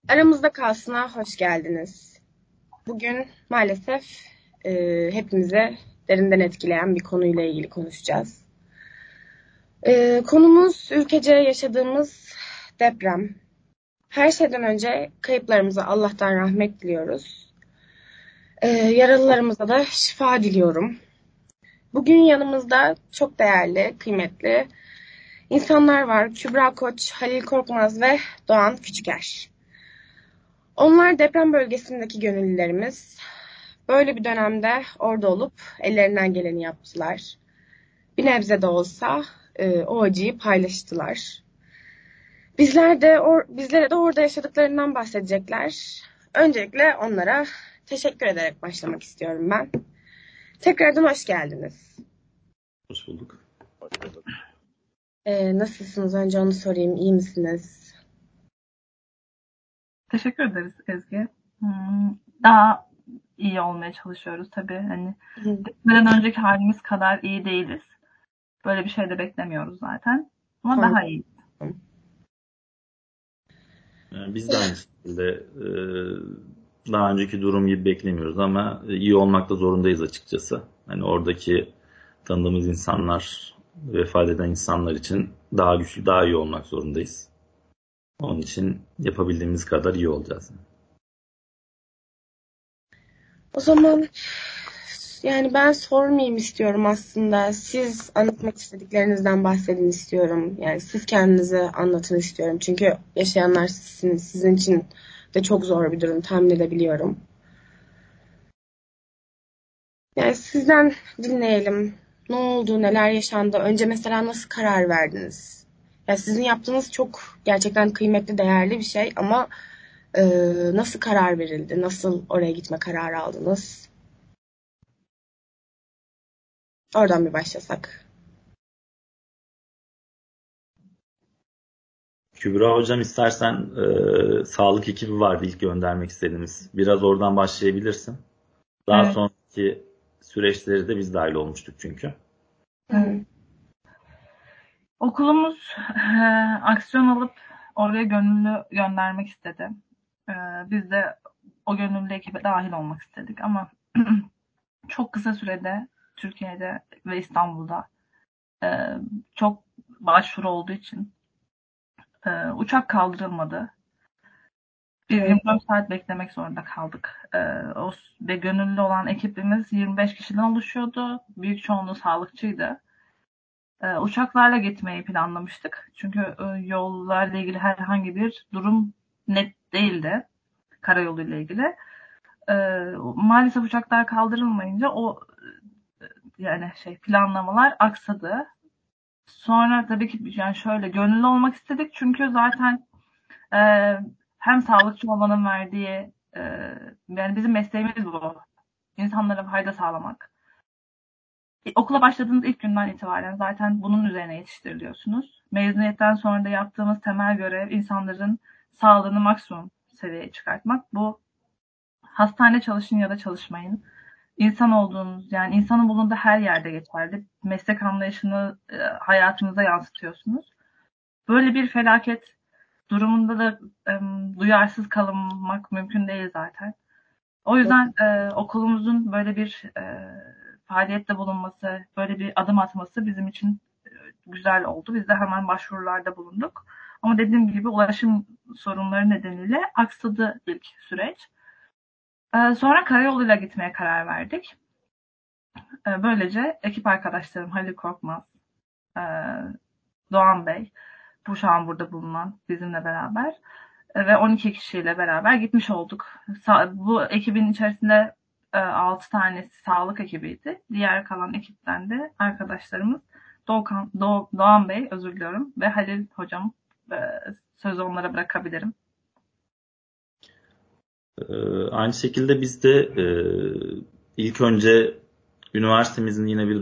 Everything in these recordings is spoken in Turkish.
Aramızda Kalsın'a hoş geldiniz. Bugün maalesef hepimizi derinden etkileyen bir konuyla ilgili konuşacağız. Konumuz ülkece yaşadığımız deprem. Her şeyden önce kayıplarımıza Allah'tan rahmet diliyoruz. Yaralılarımıza da şifa diliyorum. Bugün yanımızda çok değerli, kıymetli insanlar var. Kübra Koç, Halil Korkmaz ve Doğan Küçüker. Onlar deprem bölgesindeki gönüllülerimiz. Böyle bir dönemde orada olup ellerinden geleni yaptılar. Bir nebze de olsa o acıyı paylaştılar. Bizlere de orada yaşadıklarından bahsedecekler. Öncelikle onlara teşekkür ederek başlamak istiyorum ben. Tekrardan hoş geldiniz. Hoş bulduk. Nasılsınız? Önce onu sorayım. İyi misiniz? Teşekkür ederiz Ezgi. Daha iyi olmaya çalışıyoruz tabii. Hani depremden önceki halimiz kadar iyi değiliz. Böyle bir şey de beklemiyoruz zaten. Ama daha iyi. Biz de aynı şekilde daha önceki durum gibi beklemiyoruz ama iyi olmakta zorundayız açıkçası. Hani oradaki tanıdığımız insanlar, vefat eden insanlar için daha güçlü, daha iyi olmak zorundayız. Onun için yapabildiğimiz kadar iyi olacağız. O zaman yani ben sormayayım istiyorum aslında. Siz anlatmak istediklerinizden bahsedin istiyorum. Yani siz kendinizi anlatın istiyorum. Çünkü yaşayanlar sizsiniz. Sizin için de çok zor bir durum tahmin edebiliyorum. Yani sizden dinleyelim. Ne oldu, neler yaşandı? Önce mesela nasıl karar verdiniz? Ya sizin yaptığınız çok gerçekten kıymetli, değerli bir şey ama nasıl karar verildi? Nasıl oraya gitme kararı aldınız? Oradan bir başlasak. Kübra hocam istersen sağlık ekibi vardı ilk göndermek istediğimiz. Biraz oradan başlayabilirsin. Daha Evet. sonraki süreçleri de biz dahil olmuştuk çünkü. Evet. Okulumuz aksiyon alıp oraya gönüllü göndermek istedi. Biz de o gönüllü ekibe dahil olmak istedik ama çok kısa sürede Türkiye'de ve İstanbul'da çok başvuru olduğu için uçak kaldırılmadı. Biz 24 saat beklemek zorunda kaldık. Ve gönüllü olan ekibimiz 25 kişiden oluşuyordu. Büyük çoğunluğu sağlıkçıydı. Uçaklarla gitmeyi planlamıştık. Çünkü yollarla ilgili herhangi bir durum net değildi. Karayoluyla ilgili. Maalesef uçaklar kaldırılmayınca yani planlamalar aksadı. Sonra tabii ki yani şöyle gönüllü olmak istedik çünkü zaten hem sağlıkçı olmanın verdiği yani bizim mesleğimiz bu. İnsanlara fayda sağlamak. Okula başladığınız ilk günden itibaren zaten bunun üzerine yetiştiriliyorsunuz. Mezuniyetten sonra da yaptığımız temel görev insanların sağlığını maksimum seviyeye çıkartmak. Bu hastane çalışın ya da çalışmayın. İnsan olduğunuz yani insanın bulunduğu her yerde geçerli. Meslek anlayışını hayatınıza yansıtıyorsunuz. Böyle bir felaket durumunda da duyarsız kalınmak mümkün değil zaten. O yüzden okulumuzun böyle bir faaliyette bulunması, böyle bir adım atması bizim için güzel oldu. Biz de hemen başvurularda bulunduk. Ama dediğim gibi ulaşım sorunları nedeniyle aksadı ilk süreç. Sonra karayoluyla gitmeye karar verdik. Böylece ekip arkadaşlarım Halil Korkmaz, Doğan Bey, bu şu an burada bulunan bizimle beraber ve 12 kişiyle beraber gitmiş olduk. Bu ekibin içerisinde 6 tanesi sağlık ekibiydi. Diğer kalan ekipten de arkadaşlarımız Doğan Bey, özür diliyorum, ve Halil hocam. Sözü onlara bırakabilirim. Aynı şekilde biz de ilk önce üniversitemizin yine bir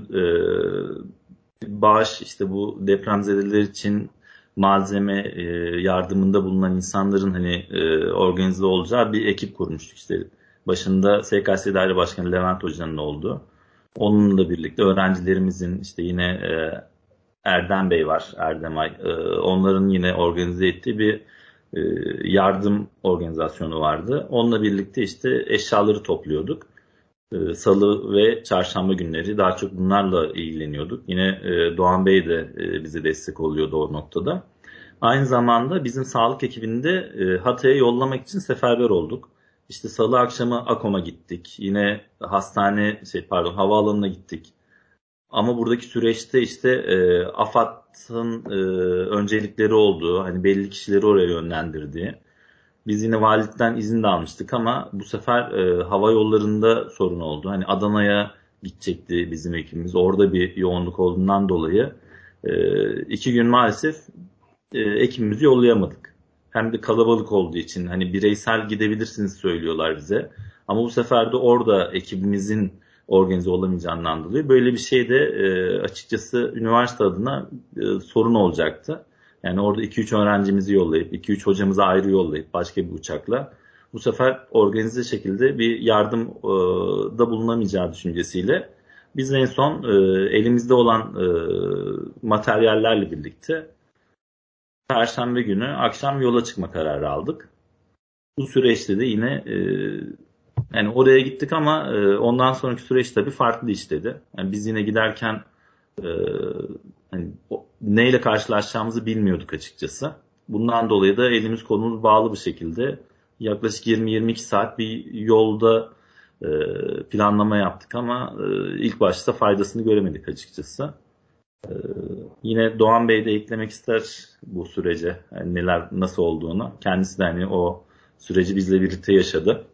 bağış işte bu depremzedeler için malzeme yardımında bulunan insanların organize olacağı bir ekip kurmuştuk işte. Başında SKS Daire Başkanı Levent Hoca'nın olduğu. Onunla birlikte öğrencilerimizin işte yine Erdem Bey var, Erdem Ay. Onların yine organize ettiği bir yardım organizasyonu vardı. Onunla birlikte işte eşyaları topluyorduk. Salı ve çarşamba günleri daha çok bunlarla ilgileniyorduk. Yine Doğan Bey de bize destek oluyordu o noktada. Aynı zamanda bizim sağlık ekibinde Hatay'a yollamak için seferber olduk. İşte salı akşamı AKOM'a gittik. Yine havaalanına gittik. Ama buradaki süreçte işte AFAD'ın öncelikleri olduğu, hani belli kişileri oraya yönlendirdiği. Biz yine valilikten izin de almıştık ama bu sefer hava yollarında sorun oldu. Hani Adana'ya gidecekti bizim ekibimiz. Orada bir yoğunluk olduğundan dolayı 2 gün maalesef ekibimizi yollayamadık. Hem de kalabalık olduğu için hani bireysel gidebilirsiniz söylüyorlar bize. Ama bu sefer de orada ekibimizin organize olamayacağından dolayı böyle bir şey de açıkçası üniversite adına sorun olacaktı. Yani orada 2-3 öğrencimizi yollayıp 2-3 hocamızı ayrı yollayıp başka bir uçakla bu sefer organize şekilde bir yardım da bulunamayacağı düşüncesiyle biz en son elimizde olan materyallerle birlikte Perşembe günü akşam yola çıkma kararı aldık. Bu süreçte de yine yani oraya gittik ama ondan sonraki süreç tabii farklı işledi. Yani biz yine giderken e, hani neyle karşılaşacağımızı bilmiyorduk açıkçası. Bundan dolayı da elimiz kolumuz bağlı bir şekilde yaklaşık 20-22 saat bir yolda e, planlama yaptık ama ilk başta faydasını göremedik açıkçası. Yine Doğan Bey de eklemek ister bu sürece yani neler nasıl olduğunu. Kendisi de hani o süreci bizle birlikte yaşadı.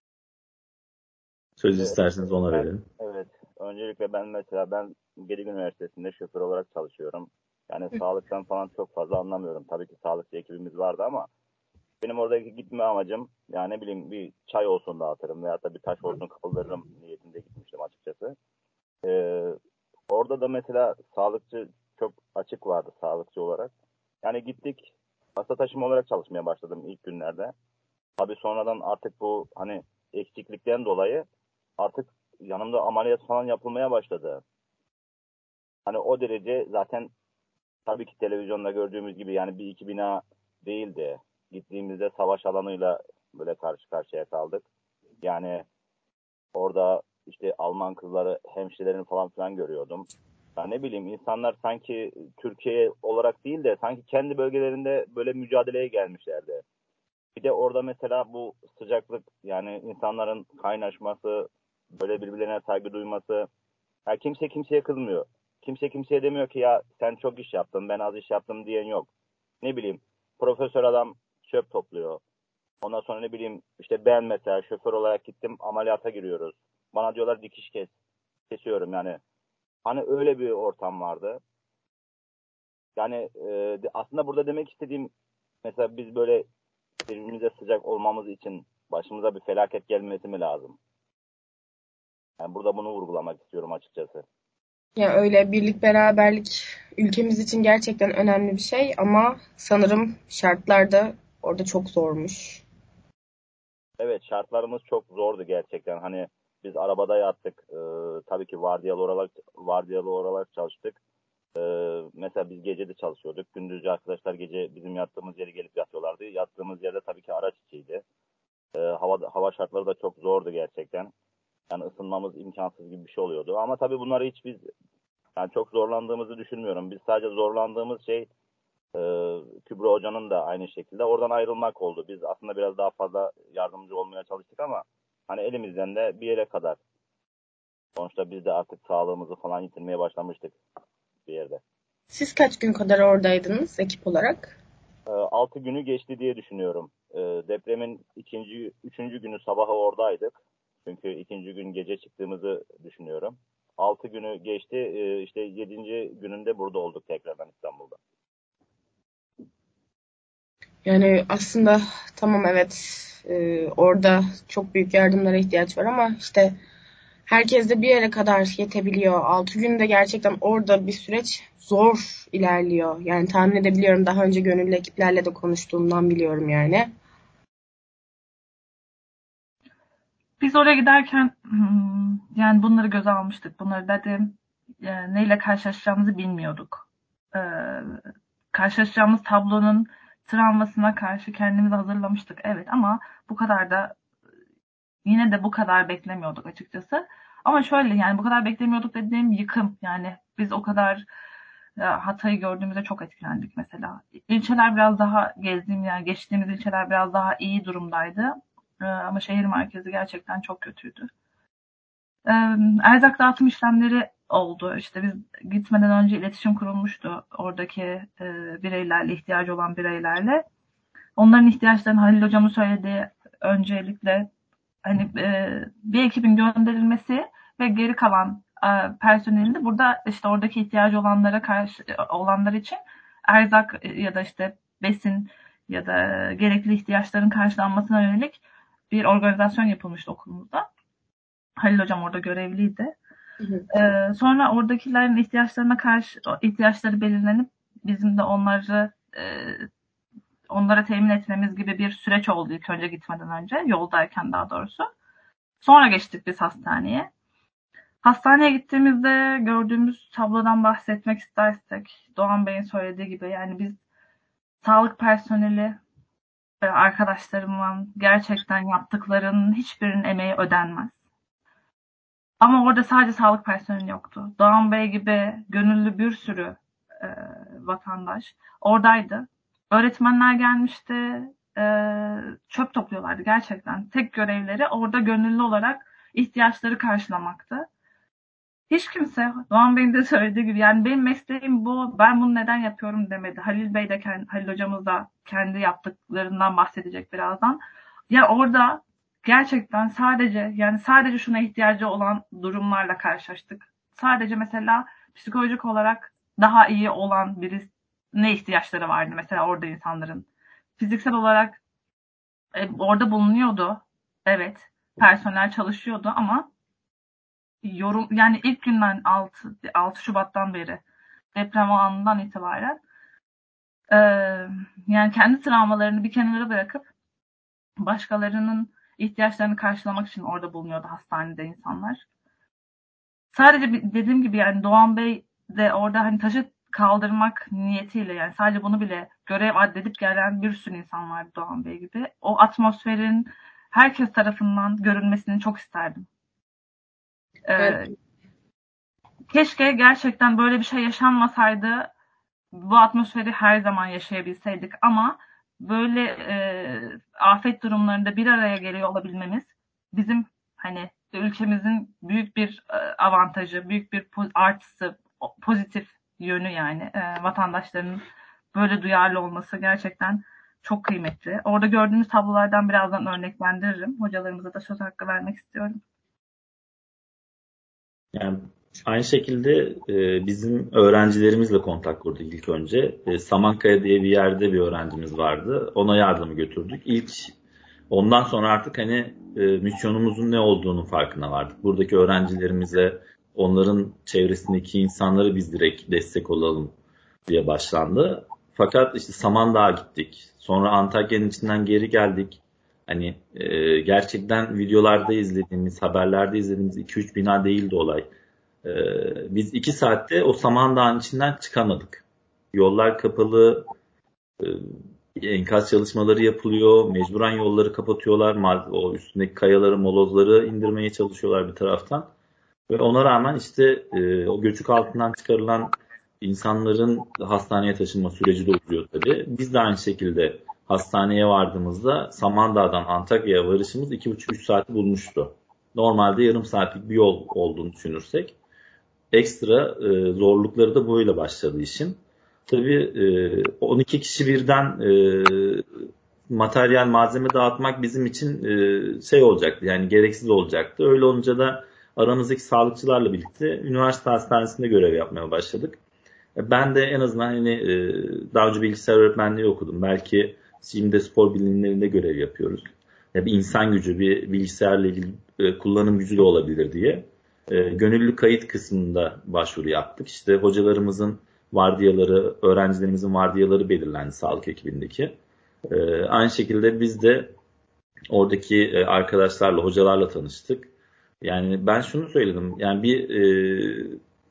Sözü isterseniz ona verelim. Evet. Öncelikle ben Gedik Üniversitesi'nde şoför olarak çalışıyorum. Yani sağlıktan falan çok fazla anlamıyorum. Tabii ki sağlıkçı ekibimiz vardı ama benim oradaki gitme amacım yani ne bileyim bir çay olsun dağıtırım veyahut da bir taş olsun kapılarım niyetinde gitmiştim açıkçası. Orada da mesela sağlıkçı çok açık vardı sağlıkçı olarak. Yani gittik hasta taşıma olarak çalışmaya başladım ilk günlerde. Tabii sonradan artık bu hani eksiklikten dolayı artık yanımda ameliyat falan yapılmaya başladı. Hani o derece zaten tabii ki televizyonda gördüğümüz gibi yani bir iki bina değildi. Gittiğimizde savaş alanıyla böyle karşı karşıya kaldık. Yani orada işte Alman kızları, hemşirelerini falan filan görüyordum. Ya ne bileyim insanlar sanki Türkiye olarak değil de sanki kendi bölgelerinde böyle mücadeleye gelmişlerdi. Bir de orada mesela bu sıcaklık yani insanların kaynaşması, böyle birbirlerine saygı duyması. Ya kimse kimseye kızmıyor. Kimse kimseye demiyor ki ya sen çok iş yaptın, ben az iş yaptım diyen yok. Ne bileyim profesör adam çöp topluyor. Ondan sonra ne bileyim işte ben mesela şoför olarak gittim ameliyata giriyoruz. Bana diyorlar dikiş kes. Kesiyorum yani. Hani öyle bir ortam vardı. Yani aslında burada demek istediğim mesela biz böyle birbirimize sıcak olmamız için başımıza bir felaket gelmesi mi lazım? Yani burada bunu vurgulamak istiyorum açıkçası. Ya öyle birlik beraberlik ülkemiz için gerçekten önemli bir şey ama sanırım şartlar da orada çok zormuş. Evet şartlarımız çok zordu gerçekten. Hani biz arabada yattık. Tabii ki vardiyalı olarak çalıştık. Mesela biz gece de çalışıyorduk. Gündüzce arkadaşlar gece bizim yattığımız yere gelip yatıyorlardı. Yattığımız yerde tabii ki araç içiydi. Hava şartları da çok zordu gerçekten. Yani ısınmamız imkansız gibi bir şey oluyordu. Ama tabii bunları hiç biz yani çok zorlandığımızı düşünmüyorum. Biz sadece zorlandığımız şey e, Kübra Hoca'nın da aynı şekilde oradan ayrılmak oldu. Biz aslında biraz daha fazla yardımcı olmaya çalıştık ama hani elimizden de bir yere kadar. Sonuçta biz de artık sağlığımızı falan yitirmeye başlamıştık bir yerde. Siz kaç gün kadar oradaydınız ekip olarak? 6 günü geçti diye düşünüyorum. Depremin üçüncü günü sabahı oradaydık. Çünkü ikinci gün gece çıktığımızı düşünüyorum. 6 günü geçti. İşte 7. gününde burada olduk tekrardan İstanbul'da. Yani aslında tamam evet orada çok büyük yardımlara ihtiyaç var ama işte herkes de bir yere kadar yetebiliyor. 6 günde gerçekten orada bir süreç zor ilerliyor. Yani tahmin edebiliyorum daha önce gönüllü ekiplerle de konuştuğumdan biliyorum yani. Biz oraya giderken yani bunları göze almıştık. Bunları dedim neyle karşılaşacağımızı bilmiyorduk. Karşılaşacağımız tablonun travmasına karşı kendimizi hazırlamıştık. Evet, ama bu kadar da yine de bu kadar beklemiyorduk açıkçası. Ama şöyle, yani bu kadar beklemiyorduk dediğim yıkım. Yani biz o kadar Hatay'ı gördüğümüzde çok etkilendik mesela. İlçeler biraz daha geçtiğimiz ilçeler biraz daha iyi durumdaydı. Ama şehir merkezi gerçekten çok kötüydü. Erzak dağıtım işlemleri oldu. İşte biz gitmeden önce iletişim kurulmuştu oradaki bireylerle, ihtiyacı olan bireylerle. Onların ihtiyaçlarını Halil Hocam'ın söylediği öncelikle hani bir ekibin gönderilmesi ve geri kalan personelin de burada işte oradaki ihtiyacı olanlar için erzak ya da işte besin ya da gerekli ihtiyaçların karşılanmasına yönelik bir organizasyon yapılmıştı okulumuzda. Halil Hocam orada görevliydi. Sonra oradakilerin ihtiyaçları belirlenip bizim de onlara temin etmemiz gibi bir süreç oldu ilk önce gitmeden önce. Yoldayken daha doğrusu. Sonra geçtik biz hastaneye. Hastaneye gittiğimizde gördüğümüz tablodan bahsetmek istersek, Doğan Bey'in söylediği gibi, yani biz sağlık personeli ve arkadaşlarımın gerçekten yaptıklarının hiçbirinin emeği ödenmez. Ama orada sadece sağlık personeli yoktu. Doğan Bey gibi gönüllü bir sürü vatandaş oradaydı. Öğretmenler gelmişti. Çöp topluyorlardı gerçekten. Tek görevleri orada gönüllü olarak ihtiyaçları karşılamaktı. Hiç kimse Doğan Bey'in de söylediği gibi, yani benim mesleğim bu, ben bunu neden yapıyorum demedi. Halil hocamız da kendi yaptıklarından bahsedecek birazdan. Ya orada gerçekten sadece şuna ihtiyacı olan durumlarla karşılaştık. Sadece mesela psikolojik olarak daha iyi olan ne ihtiyaçları vardı mesela orada insanların. Fiziksel olarak orada bulunuyordu. Evet, personel çalışıyordu ama yani ilk günden 6 Şubat'tan beri, deprem anından itibaren yani kendi travmalarını bir kenara bırakıp başkalarının ihtiyaçlarını karşılamak için orada bulunuyordu hastanede insanlar. Sadece dediğim gibi, yani Doğan Bey de orada hani taşı kaldırmak niyetiyle, yani sadece bunu bile görev addedip gelen bir sürü insan vardı Doğan Bey gibi. O atmosferin herkes tarafından görülmesini çok isterdim. Evet. Keşke gerçekten böyle bir şey yaşanmasaydı, bu atmosferi her zaman yaşayabilseydik, ama böyle afet durumlarında bir araya geliyor olabilmemiz bizim hani ülkemizin büyük bir avantajı, büyük bir artısı, pozitif yönü yani. Vatandaşların böyle duyarlı olması gerçekten çok kıymetli. Orada gördüğümüz tablolardan birazdan örneklendiririm. Hocalarımıza da söz hakkı vermek istiyorum. Yani aynı şekilde bizim öğrencilerimizle kontak kurduk ilk önce. Samankaya diye bir yerde bir öğrencimiz vardı. Ona yardımı götürdük. Ondan sonra artık hani misyonumuzun ne olduğunu farkına vardık. Buradaki öğrencilerimize, onların çevresindeki insanları biz direkt destek olalım diye başlandı. Fakat işte Samandağ'a gittik. Sonra Antakya'nın içinden geri geldik. Hani gerçekten videolarda izlediğimiz, haberlerde izlediğimiz 2-3 bina değildi olay. Biz 2 saatte o Samandağ'ın içinden çıkamadık. Yollar kapalı, e, enkaz çalışmaları yapılıyor, mecburen yolları kapatıyorlar, o üstündeki kayaları, molozları indirmeye çalışıyorlar bir taraftan. Ve ona rağmen işte o göçük altından çıkarılan insanların hastaneye taşınma süreci de uzuyor tabii. Biz de aynı şekilde hastaneye vardığımızda Samandağ'dan Antakya'ya varışımız 2,5-3 saati bulmuştu. Normalde yarım saatlik bir yol olduğunu düşünürsek ekstra zorlukları da böyle başladı işin. Tabii 12 kişi birden materyal, malzeme dağıtmak bizim için şey olacaktı, yani gereksiz olacaktı. Öyle olunca da aramızdaki sağlıkçılarla birlikte üniversite hastanesinde görev yapmaya başladık. Ben de en azından hani daha önce bilgisayar öğretmenliği okudum. Belki şimdi spor bilimlerinde görev yapıyoruz. Ya bir insan gücü, bir bilgisayarla ilgili kullanım gücü de olabilir diye. Gönüllü kayıt kısmında başvuru yaptık. İşte hocalarımızın vardiyaları, öğrencilerimizin vardiyaları belirlendi sağlık ekibindeki. Aynı şekilde biz de oradaki arkadaşlarla, hocalarla tanıştık. Yani ben şunu söyledim. Yani bir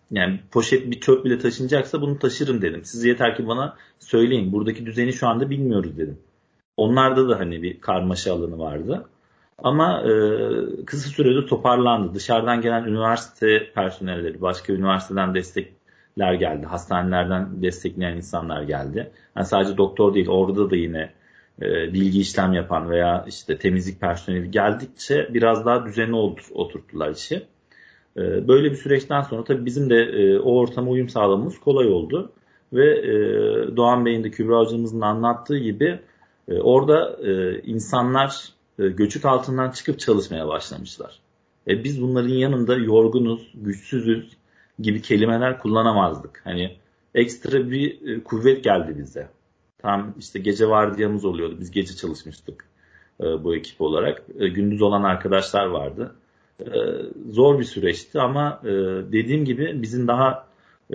Yani poşet bir çöp bile taşınacaksa bunu taşırım dedim. Siz yeter ki bana söyleyin. Buradaki düzeni şu anda bilmiyoruz dedim. Onlarda da hani bir karmaşa alanı vardı. Ama kısa sürede toparlandı. Dışarıdan gelen üniversite personelleri, başka üniversiteden destekler geldi. Hastanelerden destekleyen insanlar geldi. Yani sadece doktor değil, orada da yine bilgi işlem yapan veya işte temizlik personeli geldikçe biraz daha düzenli oturttular işi. Böyle bir süreçten sonra tabii bizim de o ortama uyum sağlamamız kolay oldu. Ve Doğan Bey'in de Kübra hocamızın anlattığı gibi orada insanlar göçük altından çıkıp çalışmaya başlamışlar. Biz bunların yanında yorgunuz, güçsüzüz gibi kelimeler kullanamazdık. Hani ekstra bir kuvvet geldi bize. Tam işte gece vardiyamız oluyordu. Biz gece çalışmıştık bu ekip olarak. Gündüz olan arkadaşlar vardı. Zor bir süreçti ama dediğim gibi bizim daha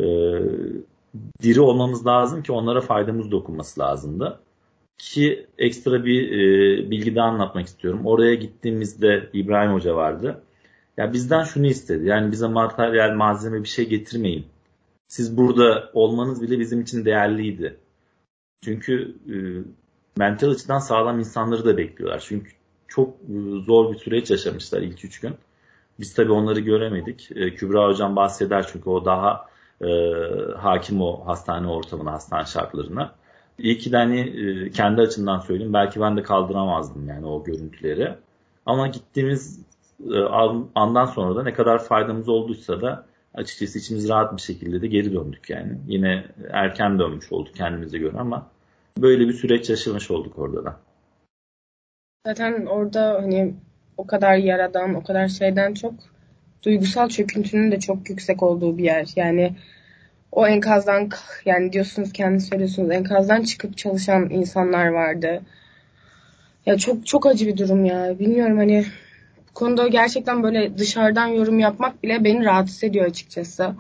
diri olmamız lazım ki onlara faydamız dokunması lazımdı. Ki ekstra bir bilgi daha anlatmak istiyorum. Oraya gittiğimizde İbrahim Hoca vardı. Ya bizden şunu istedi. Yani bize materyal, malzeme bir şey getirmeyin. Siz burada olmanız bile bizim için değerliydi. Çünkü mental açıdan sağlam insanları da bekliyorlar. Çünkü çok zor bir süreç yaşamışlar ilk 3 gün. Biz tabii onları göremedik. Kübra hocam bahseder çünkü o daha hakim o hastane ortamına, hastane şartlarına. İyi ki de hani kendi açımdan söyleyeyim. Belki ben de kaldıramazdım yani o görüntüleri. Ama gittiğimiz andan sonra da ne kadar faydamız olduysa da açıkçası içimiz rahat bir şekilde de geri döndük yani. Yine erken dönmüş olduk kendimize göre ama böyle bir süreç yaşamış olduk orada da. Zaten orada hani o kadar yaradan, o kadar şeyden çok duygusal çöküntünün de çok yüksek olduğu bir yer. Yani o enkazdan, yani diyorsunuz, kendiniz söylüyorsunuz, enkazdan çıkıp çalışan insanlar vardı. Ya çok çok acı bir durum ya. Bilmiyorum, hani bu konuda gerçekten böyle dışarıdan yorum yapmak bile beni rahatsız ediyor açıkçası.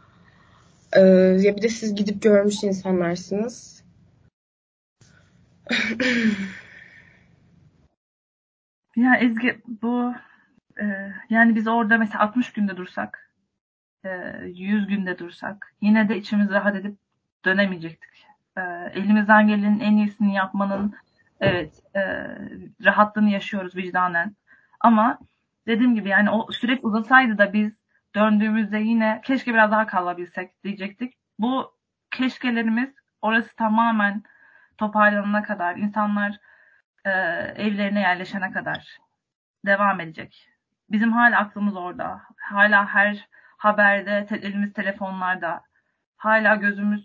Ya bir de siz gidip görmüş insanlarsınız. Ya Ezgi, bu yani biz orada mesela 60 günde dursak, 100 günde dursak yine de içimiz rahat edip dönemeyecektik. Elimizden gelenin en iyisini yapmanın, evet, rahatlığını yaşıyoruz vicdanen. Ama dediğim gibi yani o süreç uzasaydı da biz döndüğümüzde yine keşke biraz daha kalabilsek diyecektik. Bu keşkelerimiz orası tamamen toparlanana kadar, insanlar evlerine yerleşene kadar devam edecek. Bizim hala aklımız orada. Hala her haberde, elimiz telefonlarda. Hala gözümüz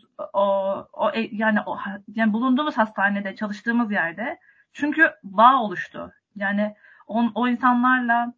yani bulunduğumuz hastanede, çalıştığımız yerde. Çünkü bağ oluştu. Yani o insanlarla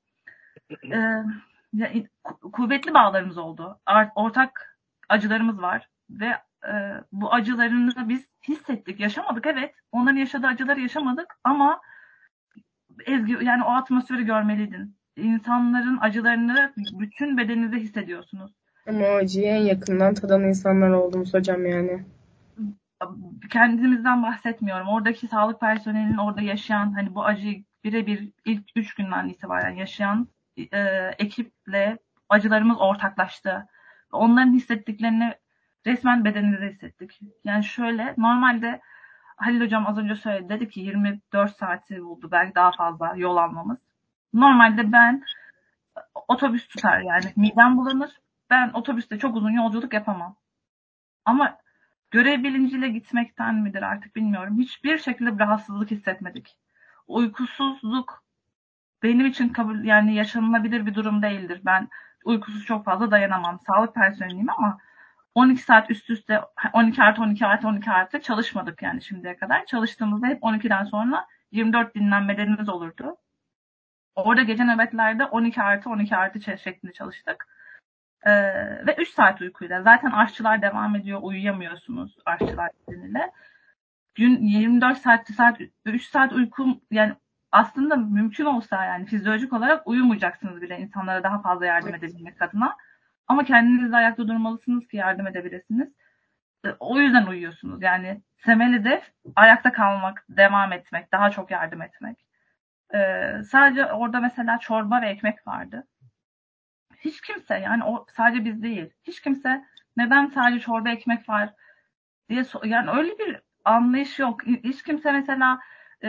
kuvvetli bağlarımız oldu. Ortak acılarımız var ve bu acılarını biz hissettik, yaşamadık, evet. Onların yaşadığı acıları yaşamadık ama Ezgi, yani o atmosferi görmeliydin. İnsanların acılarını bütün bedeninizde hissediyorsunuz. Ama o acıyı en yakından tadan insanlar oldunuz hocam yani. Kendimizden bahsetmiyorum. Oradaki sağlık personelinin orada yaşayan, hani bu acıyı birebir ilk 3 günden itibaren yaşayan ekiple acılarımız ortaklaştı. Onların hissettiklerini resmen bedenimizde hissettik. Yani şöyle, normalde Halil hocam az önce söyledi, dedi ki 24 saati buldu, belki daha fazla yol almamız. Normalde ben otobüs tutar, yani midem bulanır. Ben otobüste çok uzun yolculuk yapamam. Ama görev bilinciyle gitmekten midir artık bilmiyorum. Hiçbir şekilde bir rahatsızlık hissetmedik. Uykusuzluk benim için yani yaşanılabilir bir durum değildir. Ben uykusuz çok fazla dayanamam. Sağlık personeliyim ama 12 saat üst üste 12 artı 12 artı 12 artı çalışmadık yani şimdiye kadar. Çalıştığımızda hep 12'den sonra 24 dinlenmelerimiz olurdu. Orada gece nöbetlerde 12 artı 12 artı şeklinde çalıştık. Ve 3 saat uykuyla. Zaten aşçılar devam ediyor. Uyuyamıyorsunuz aşçılar nedeniyle. Gün 24 saat 3 saat uyku, yani aslında mümkün olsa yani fizyolojik olarak uyumayacaksınız bile insanlara daha fazla yardım edebilmek adına. Ama kendiniz de ayakta durmalısınız ki yardım edebilirsiniz. O yüzden uyuyorsunuz. Yani temel hedef ayakta kalmak, devam etmek, daha çok yardım etmek. Sadece orada mesela çorba ve ekmek vardı. hiç kimse, yani o sadece biz değil, hiç kimse neden sadece çorba ekmek var diye yani öyle bir anlayış yok. Hiç kimse mesela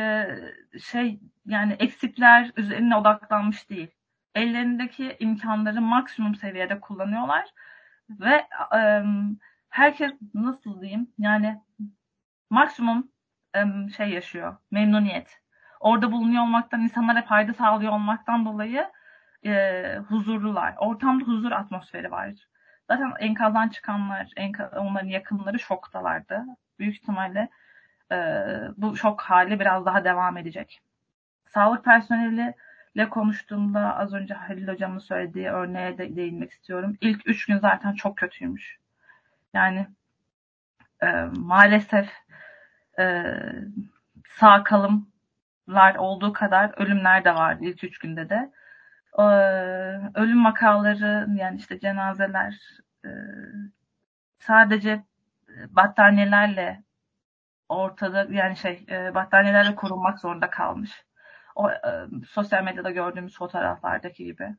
yani eksikler üzerine odaklanmış değil. Ellerindeki imkanları maksimum seviyede kullanıyorlar ve herkes, nasıl diyeyim, yani maksimum yaşıyor, memnuniyet. Orada bulunuyor olmaktan, insanlara fayda sağlıyor olmaktan dolayı huzurlular. Ortamda huzur atmosferi var. Zaten enkazdan çıkanlar, onların yakınları şoktalardı. Büyük ihtimalle bu şok hali biraz daha devam edecek. Sağlık personeliyle konuştuğumda az önce Halil Hocam'ın söylediği örneğe de değinmek istiyorum. İlk 3 gün zaten çok kötüymüş. Yani maalesef sağ kalımlar olduğu kadar ölümler de vardı ilk 3 günde de. Ölüm vakaları, yani işte cenazeler sadece battaniyelerle ortada, yani battaniyelerle korunmak zorunda kalmış. O sosyal medyada gördüğümüz fotoğraflardaki gibi.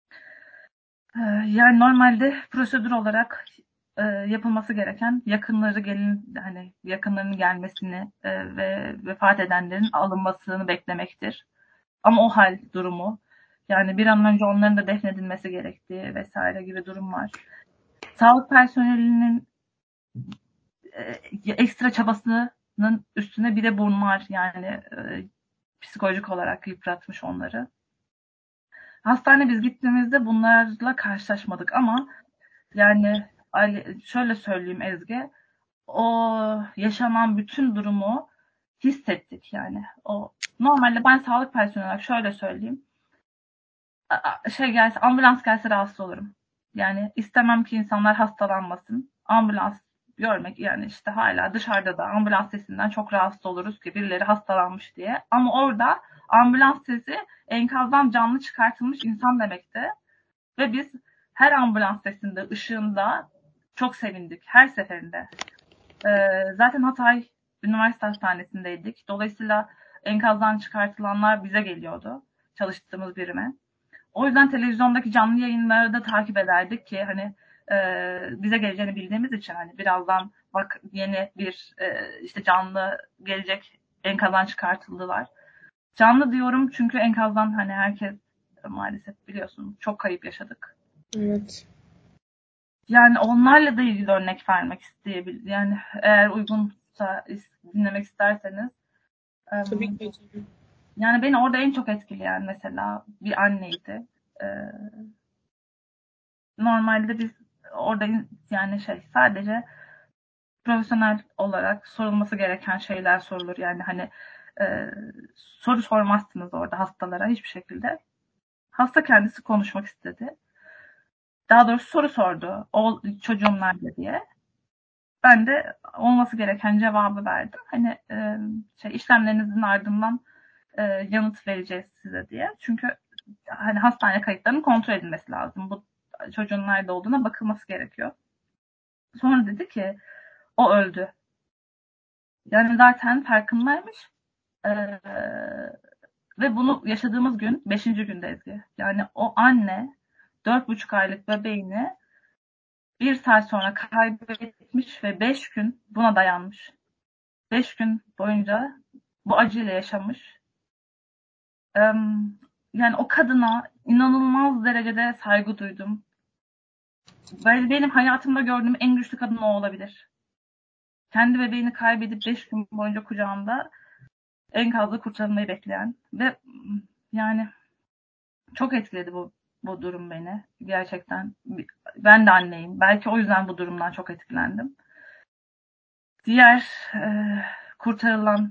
Yani normalde prosedür olarak yapılması gereken yakınlarının gelmesini ve vefat edenlerin alınmasını beklemektir. Ama o hal durumu, yani bir an önce onların da defnedilmesi gerektiği vesaire gibi durum var. Sağlık personelinin ekstra çabasının üstüne bir de bunlar, yani psikolojik olarak yıpratmış onları. Hastane biz gittiğimizde bunlarla karşılaşmadık ama yani şöyle söyleyeyim Ezgi, o yaşanan bütün durumu hissettik yani. O normalde ben sağlık personeli olarak şöyle söyleyeyim. Ambulans gelse rahatsız olurum. Yani istemem ki insanlar hastalanmasın. Ambulans görmek, yani işte hala dışarıda da ambulans sesinden çok rahatsız oluruz ki birileri hastalanmış diye. Ama orada ambulans sesi enkazdan canlı çıkartılmış insan demekti. Ve biz her ambulans sesinde, ışığında çok sevindik her seferinde. Zaten Hatay Üniversite Hastanesi'ndeydik. Dolayısıyla enkazdan çıkartılanlar bize geliyordu, çalıştığımız birime. O yüzden televizyondaki canlı yayınları da takip ederdik ki hani bize geleceğini bildiğimiz için, hani birazdan bak yeni bir işte canlı gelecek, enkazdan çıkartıldılar. Canlı diyorum çünkü enkazdan hani herkes maalesef biliyorsun çok kayıp yaşadık. Evet. Yani onlarla da ilgili örnek vermek isteyebilirim. Yani eğer uygunsa dinlemek isterseniz. Tabii ki. Yani beni orada en çok etkileyen mesela bir anneydi. Normalde biz orada yani sadece profesyonel olarak sorulması gereken şeyler sorulur. Yani hani soru sormazsınız orada hastalara hiçbir şekilde. Hasta kendisi konuşmak istedi. Daha doğrusu soru sordu. Çocuğum nerede diye. Ben de olması gereken cevabı verdim. Hani işlemlerinizin ardından yanıt vereceğiz size diye. Çünkü hani hastane kayıtlarının kontrol edilmesi lazım. Bu çocuğun nerede olduğuna bakılması gerekiyor. Sonra dedi ki o öldü. Yani zaten farkındaymış. Ve bunu yaşadığımız gün 5. günde Ezgi. Yani o anne 4,5 aylık bebeğini 1 saat sonra kaybetmiş ve 5 gün buna dayanmış. 5 gün boyunca bu acıyla yaşamış. Yani o kadına inanılmaz derecede saygı duydum. Benim hayatımda gördüğüm en güçlü kadın o olabilir. Kendi bebeğini kaybedip 5 gün boyunca kucağında enkazda kurtarılmayı bekleyen ve yani çok etkiledi bu durum beni. Gerçekten ben de anneyim. Belki o yüzden bu durumdan çok etkilendim. Diğer kurtarılan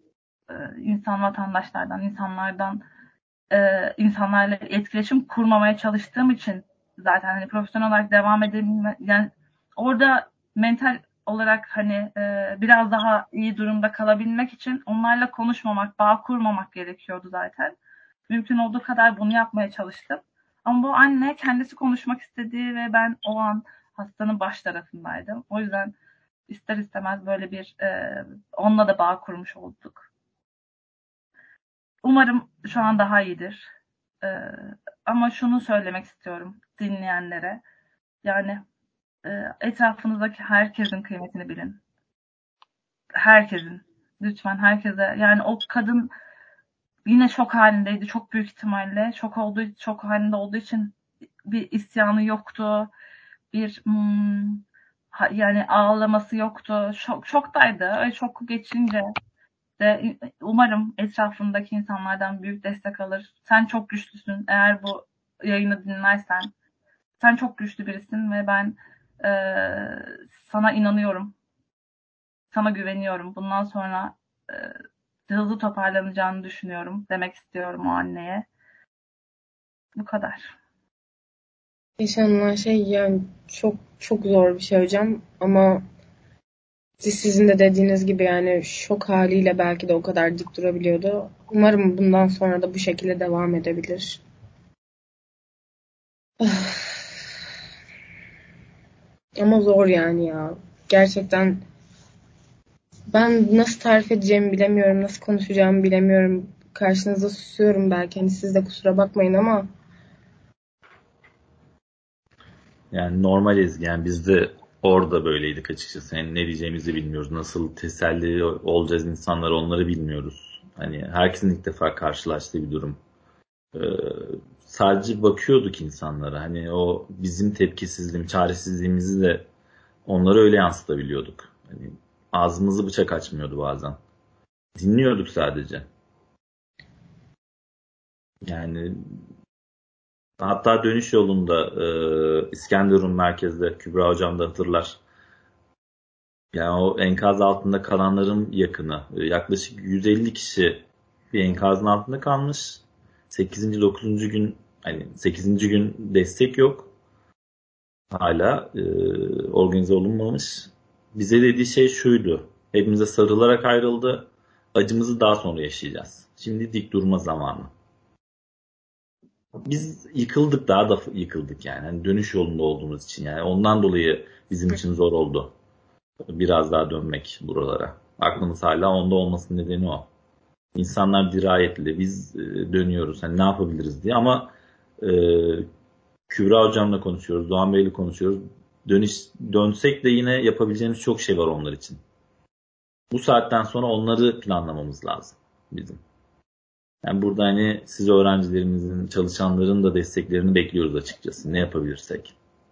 insanlarla etkileşim kurmamaya çalıştığım için zaten hani profesyonel olarak devam edelim, yani orada mental olarak hani biraz daha iyi durumda kalabilmek için onlarla konuşmamak, bağ kurmamak gerekiyordu zaten. Mümkün olduğu kadar bunu yapmaya çalıştım. Ama bu anne kendisi konuşmak istedi ve ben o an hastanın baş tarafındaydım. O yüzden ister istemez böyle bir onunla da bağ kurmuş olduk. Umarım şu an daha iyidir. Ama şunu söylemek istiyorum dinleyenlere. Yani etrafınızdaki herkesin kıymetini bilin. Herkesin. Lütfen herkese. Yani o kadın yine şok halindeydi. Çok büyük ihtimalle. Şok halinde olduğu için bir isyanı yoktu. Bir yani ağlaması yoktu. Şoktaydı. Öyle şoku geçince de umarım etrafındaki insanlardan büyük destek alır. Sen çok güçlüsün. Eğer bu yayını dinlersen sen çok güçlü birisin ve ben sana inanıyorum. Sana güveniyorum. Bundan sonra hızlı toparlanacağını düşünüyorum. Demek istiyorum o anneye. Bu kadar. Yaşanılan şey yani çok çok zor bir şey hocam ama sizin de dediğiniz gibi yani şok haliyle belki de o kadar dik durabiliyordu. Umarım bundan sonra da bu şekilde devam edebilir. Ama zor yani ya. Gerçekten ben nasıl tarif edeceğimi bilemiyorum, nasıl konuşacağımı bilemiyorum. Karşınızda susuyorum belki. Hani siz de kusura bakmayın ama Yani normal Ezgi. Yani biz de orada böyleydik açıkçası. Yani ne diyeceğimizi bilmiyoruz. Nasıl teselli olacağız insanlara onları bilmiyoruz. Hani herkesin ilk defa karşılaştığı bir durum. Ee, Sadece bakıyorduk insanlara. Hani o bizim tepkisizliğimiz, çaresizliğimizi de onlara öyle yansıtabiliyorduk. Hani ağzımızı bıçak açmıyordu bazen. Dinliyorduk sadece. Yani hatta dönüş yolunda İskenderun merkezde Kübra hocam da hatırlar. Yani o enkaz altında kalanların yakını yaklaşık 150 kişi bir enkazın altında kalmış. 8. 9. gün hani 8. gün destek yok. Hala organize olunmamış. Bize dediği şey şuydu. Hepimize sarılarak ayrıldı. Acımızı daha sonra yaşayacağız. Şimdi dik durma zamanı. Biz yıkıldık, daha da yıkıldık yani. Hani dönüş yolunda olduğumuz için yani. Ondan dolayı bizim için zor oldu. Biraz daha dönmek buralara. Aklımız hala onda olmasının nedeni o. İnsanlar dirayetli, biz dönüyoruz. Hani ne yapabiliriz diye ama e, Kübra hocamla konuşuyoruz, Doğan Bey'le konuşuyoruz. Dönsek de yine yapabileceğimiz çok şey var onlar için. Bu saatten sonra onları planlamamız lazım bizim. Yani burada hani siz öğrencilerimizin, çalışanların da desteklerini bekliyoruz açıkçası. Ne yapabilirsek.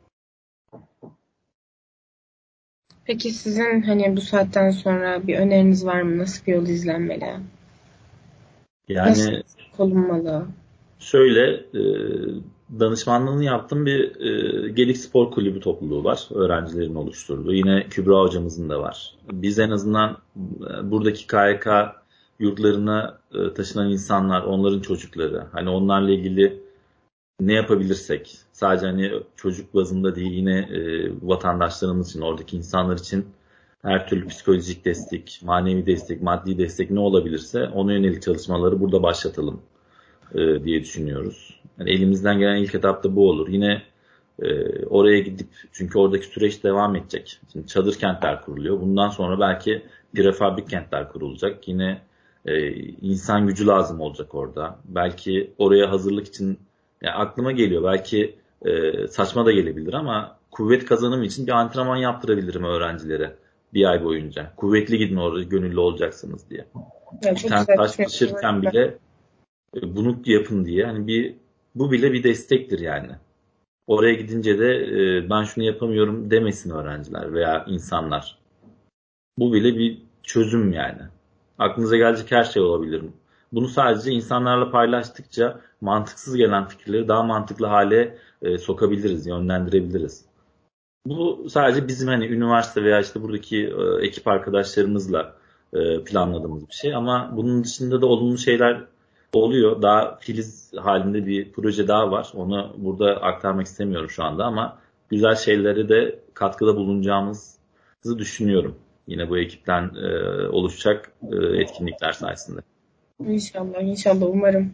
peki sizin hani bu saatten sonra bir öneriniz var mı? Nasıl bir yol izlenmeli? Nasıl Yani olunmalı? şöyle danışmanlığını yaptığım bir Gedik Spor Kulübü topluluğu var. Öğrencilerin oluşturduğu. Yine Kübra hocamızın da var. Biz en azından buradaki KYK yurtlarına taşınan insanlar, onların çocukları. Hani onlarla ilgili ne yapabilirsek sadece hani çocuk bazında değil yine vatandaşlarımız için, oradaki insanlar için her türlü psikolojik destek, manevi destek, maddi destek ne olabilirse ona yönelik çalışmaları burada başlatalım diye düşünüyoruz. Yani elimizden gelen ilk etapta bu olur. Yine oraya gidip çünkü oradaki süreç devam edecek. Şimdi çadır kentler kuruluyor. Bundan sonra belki prefabrik kentler kurulacak. Yine insan gücü lazım olacak orada. Belki oraya hazırlık için yani aklıma geliyor. Belki saçma da gelebilir ama kuvvet kazanımı için bir antrenman yaptırabilirim öğrencilere bir ay boyunca. Kuvvetli gidin oraya gönüllü olacaksınız diye. Ya Bir çok tane güzel taş düşünüyorsunuz. taşırken bile bunu yapın diye. Hani bu bile bir destektir yani. Oraya gidince de ben şunu yapamıyorum demesin öğrenciler veya insanlar. Bu bile bir çözüm yani. Aklınıza gelecek her şey olabilir. Bunu sadece insanlarla paylaştıkça mantıksız gelen fikirleri daha mantıklı hale sokabiliriz, yönlendirebiliriz. Bu sadece bizim hani üniversite veya işte buradaki ekip arkadaşlarımızla planladığımız bir şey. Ama bunun dışında da olumlu şeyler oluyor. Daha filiz halinde bir proje daha var. Onu burada aktarmak istemiyorum şu anda ama güzel şeylere de katkıda bulunacağımızı düşünüyorum. Yine bu ekipten oluşacak etkinlikler sayesinde. İnşallah, inşallah umarım.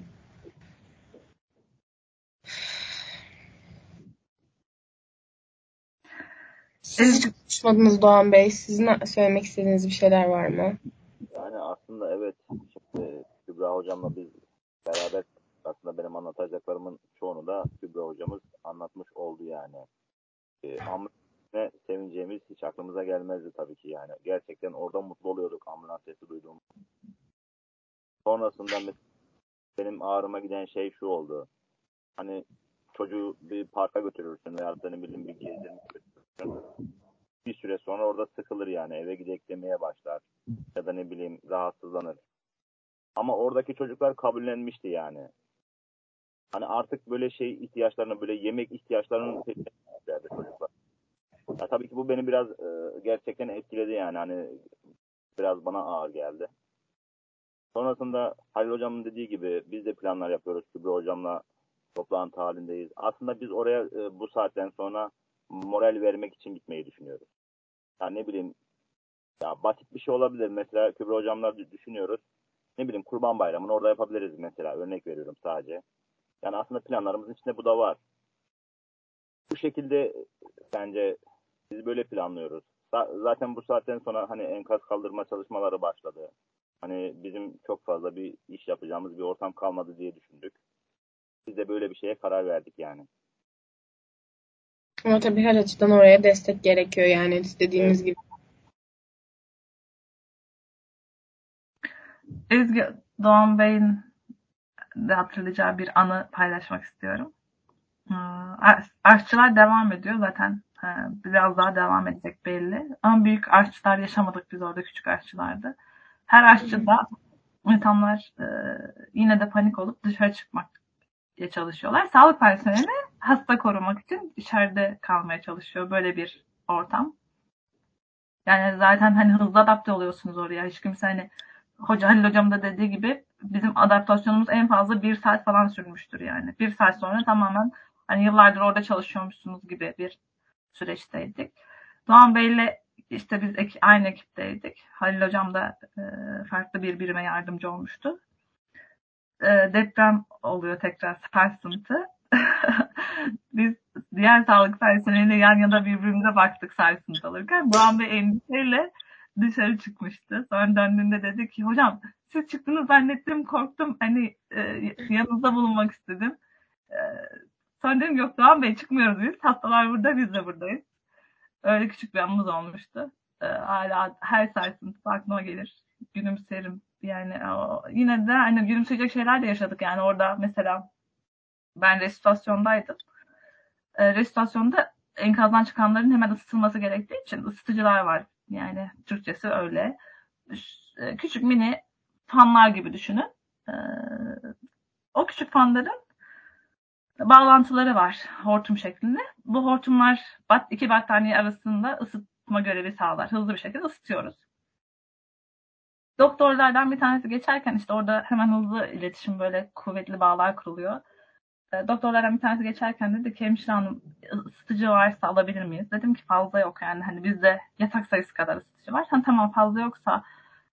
Siz hiç konuşmadınız Doğan Bey. Sizin söylemek istediğiniz bir şeyler var mı? Yani aslında evet. Şimdi Kübra hocamla biz beraber aslında benim anlatacaklarımın çoğunu da Kübra hocamız anlatmış oldu yani. Ambulans sevineceğimiz hiç aklımıza gelmezdi tabii ki yani. Gerçekten orada mutlu oluyorduk ambulans sesi duyduğumuz. Sonrasında benim ağrıma giden şey şu oldu. Hani çocuğu bir parka götürürsün veya da ne bileyim bir gezdirmek götürürsün. Bir süre sonra orada sıkılır yani. Eve gidek demeye başlar. Ya da ne bileyim rahatsızlanır. Ama oradaki çocuklar kabullenmişti yani. Hani artık böyle ihtiyaçlarını, böyle yemek ihtiyaçlarını peşindelerdi çocuklar. Ya tabii ki bu beni biraz gerçekten etkiledi yani. Hani biraz bana ağır geldi. Sonrasında Halil hocamın dediği gibi biz de planlar yapıyoruz. Kübra hocamla toplantı halindeyiz. Aslında biz oraya bu saatten sonra moral vermek için gitmeyi düşünüyoruz. Yani ne bileyim ya basit bir şey olabilir. Mesela Kübra hocamla düşünüyoruz. Ne bileyim Kurban Bayramı'nı orada yapabiliriz mesela. Örnek veriyorum sadece. Yani aslında planlarımızın içinde bu da var. Bu şekilde bence biz böyle planlıyoruz. Zaten bu saatten sonra hani enkaz kaldırma çalışmaları başladı. Hani bizim çok fazla bir iş yapacağımız bir ortam kalmadı diye düşündük. Biz de böyle bir şeye karar verdik yani. Ama tabii her açıdan oraya destek gerekiyor yani istediğimiz gibi. Ezgi, Doğan Bey'in de hatırlayacağı bir anı paylaşmak istiyorum. Aşçılar devam ediyor zaten. Biraz daha devam edecek belli. Ama büyük aşçılar yaşamadık biz orada, küçük aşçılardı. Her aşçıda insanlar yine de panik olup dışarı çıkmak çalışıyorlar. Sağlık personeli hasta korumak için içeride kalmaya çalışıyor. Böyle bir ortam. Yani zaten hani hızlı adapte oluyorsunuz oraya. Hiç kimse hani Halil hocam da dediği gibi bizim adaptasyonumuz en fazla 1 saat falan sürmüştür yani. 1 saat sonra tamamen hani yıllardır orada çalışıyormuşsunuz gibi bir süreçteydik. Doğan Bey'le işte biz aynı ekipteydik. Halil hocam da farklı bir birime yardımcı olmuştu. Deprem oluyor tekrar, sarsıntı. Biz diğer sağlık personeliyle yan yana birbirimize baktık sarsıntı alırken. Doğan Bey endişeyle dışarı çıkmıştı. Sonra döndüğünde dedi ki hocam siz çıktınız zannettim, korktum. Hani yanınızda bulunmak istedim. Sonra dedim yok Doğan Bey çıkmıyoruz biz. Hastalar burada, biz de buradayız. Öyle küçük bir anımız olmuştu. Hala her sarsıntı aklıma gelir. Gülümserim. Yani yine de hani gülümseyecek şeyler de yaşadık. Yani orada mesela ben resitasyondaydım. Resitasyonda enkazdan çıkanların hemen ısıtılması gerektiği için ısıtıcılar var. Yani Türkçesi öyle. Küçük mini fanlar gibi düşünün. O küçük fanların bağlantıları var hortum şeklinde. Bu hortumlar iki battaniye arasında ısıtma görevi sağlar. Hızlı bir şekilde ısıtıyoruz. Doktorlardan bir tanesi geçerken işte orada hemen hızlı iletişim, böyle kuvvetli bağlar kuruluyor. Doktorlardan bir tanesi geçerken dedi ki hemşire hanım ısıtıcı varsa alabilir miyiz? Dedim ki fazla yok yani hani bizde yatak sayısı kadar ısıtıcı var. Tamam fazla yoksa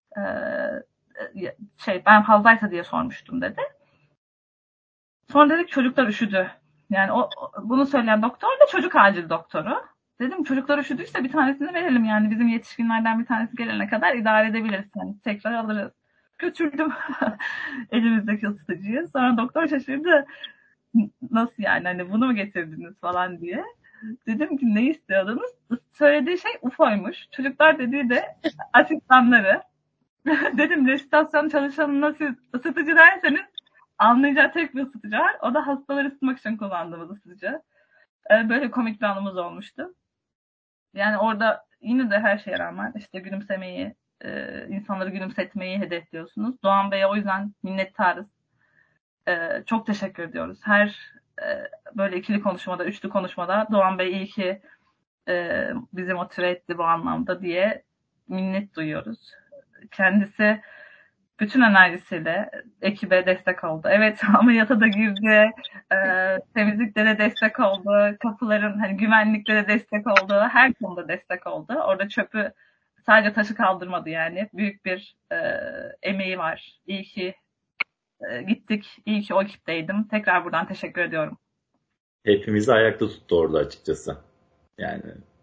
ben fazlaysa diye sormuştum dedi. Sonra dedik çocuklar üşüdü. Yani bunu söyleyen doktor da çocuk acil doktoru. Dedim çocuklar üşüdüyse bir tanesini verelim yani bizim yetişkinlerden bir tanesi gelene kadar idare edebiliriz. Yani tekrar alırız. Götürdüm elimizdeki ısıtıcıyı. Sonra doktor şaşırdı. Nasıl yani hani bunu mu getirdiniz falan diye. Dedim ki ne istiyordunuz? Söylediği şey UFO'ymuş. Çocuklar dediği de asistanları. Dedim restorasyon çalışanına siz ısıtıcı derseniz anlayacağı tek bir ısıtıcı var. O da hastaları ısıtmak için kullandığımız ısıtıcı. Böyle komik bir anımız olmuştu. Yani orada yine de her şeye rağmen işte gülümsemeyi, insanları gülümsetmeyi hedefliyorsunuz. Doğan Bey'e o yüzden minnettarız. Çok teşekkür ediyoruz. Her böyle ikili konuşmada, üçlü konuşmada Doğan Bey iyi ki bizi motive etti bu anlamda diye minnet duyuyoruz. Kendisi bütün enerjisiyle ekibe destek oldu. Evet ameliyata da girdi, temizlikte de destek oldu, kapıların hani güvenlikte de destek oldu, her konuda destek oldu. Orada çöpü sadece taşı kaldırmadı yani. Büyük bir emeği var. İyi ki gittik, iyi ki o ekipteydim. Tekrar buradan teşekkür ediyorum. Hepimizi ayakta tuttu orada açıkçası. Yani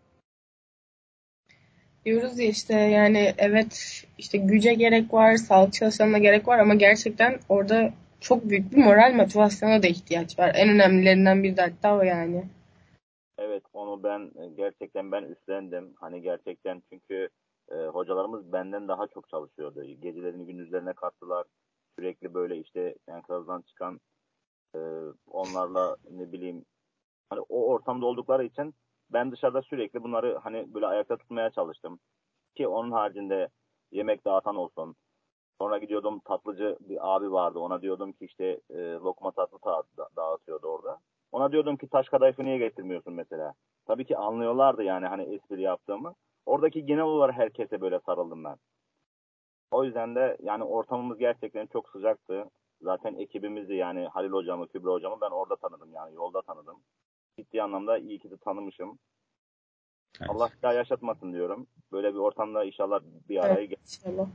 Diyoruz ya işte yani evet işte güce gerek var, sağlık çalışanına gerek var ama gerçekten orada çok büyük bir moral motivasyona da ihtiyaç var. En önemlilerinden biri de hatta o yani. Evet, onu gerçekten ben üstlendim. Hani gerçekten çünkü hocalarımız benden daha çok çalışıyordu. Gecelerini gündüzlerine kattılar. Sürekli böyle işte enkazdan çıkan onlarla ne bileyim hani o ortamda oldukları için ben dışarıda sürekli bunları hani böyle ayakta tutmaya çalıştım. Ki onun haricinde yemek dağıtan olsun. Sonra gidiyordum, tatlıcı bir abi vardı. Ona diyordum ki işte lokma tatlı dağıtıyordu orada. Ona diyordum ki taş kadayıfı niye getirmiyorsun mesela. Tabii ki anlıyorlardı yani hani espri yaptığımı. Oradaki genel olarak herkese böyle sarıldım ben. O yüzden de yani ortamımız gerçekten çok sıcaktı. Zaten ekibimizi yani Halil hocamı, Kübra hocamı ben orada tanıdım yani yolda tanıdım. Ciddi anlamda iyi ki de tanımışım. Evet. Allah bir daha yaşatmasın diyorum. Böyle bir ortamda inşallah bir araya Evet, inşallah.